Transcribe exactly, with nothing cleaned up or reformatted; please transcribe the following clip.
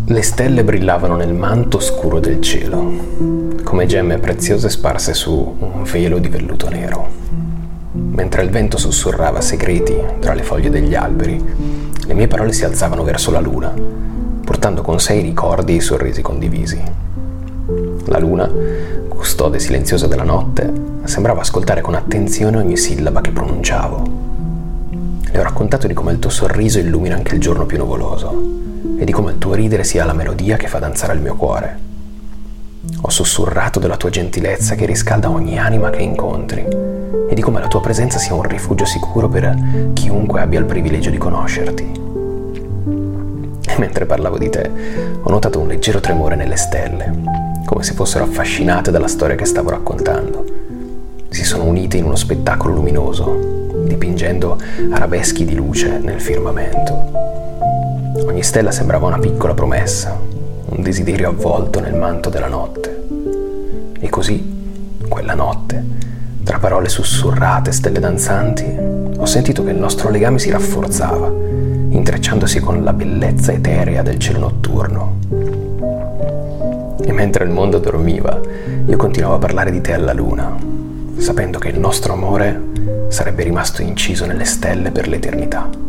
Le stelle brillavano nel manto scuro del cielo, come gemme preziose sparse su un velo di velluto nero. Mentre il vento sussurrava segreti tra le foglie degli alberi, le mie parole si alzavano verso la luna, portando con sé i ricordi e i sorrisi condivisi. La luna, custode silenziosa della notte, sembrava ascoltare con attenzione ogni sillaba che pronunciavo. Le ho raccontato di come il tuo sorriso illumina anche il giorno più nuvoloso e di come il tuo ridere sia la melodia che fa danzare il mio cuore. Ho sussurrato della tua gentilezza che riscalda ogni anima che incontri e di come la tua presenza sia un rifugio sicuro per chiunque abbia il privilegio di conoscerti. E mentre parlavo di te, ho notato un leggero tremore nelle stelle, come se fossero affascinate dalla storia che stavo raccontando. Si sono unite in uno spettacolo luminoso, dipingendo arabeschi di luce nel firmamento. Ogni stella sembrava una piccola promessa, un desiderio avvolto nel manto della notte. E così, quella notte, tra parole sussurrate e stelle danzanti, ho sentito che il nostro legame si rafforzava, intrecciandosi con la bellezza eterea del cielo notturno. E mentre il mondo dormiva, io continuavo a parlare di te alla luna, sapendo che il nostro amore sarebbe rimasto inciso nelle stelle per l'eternità.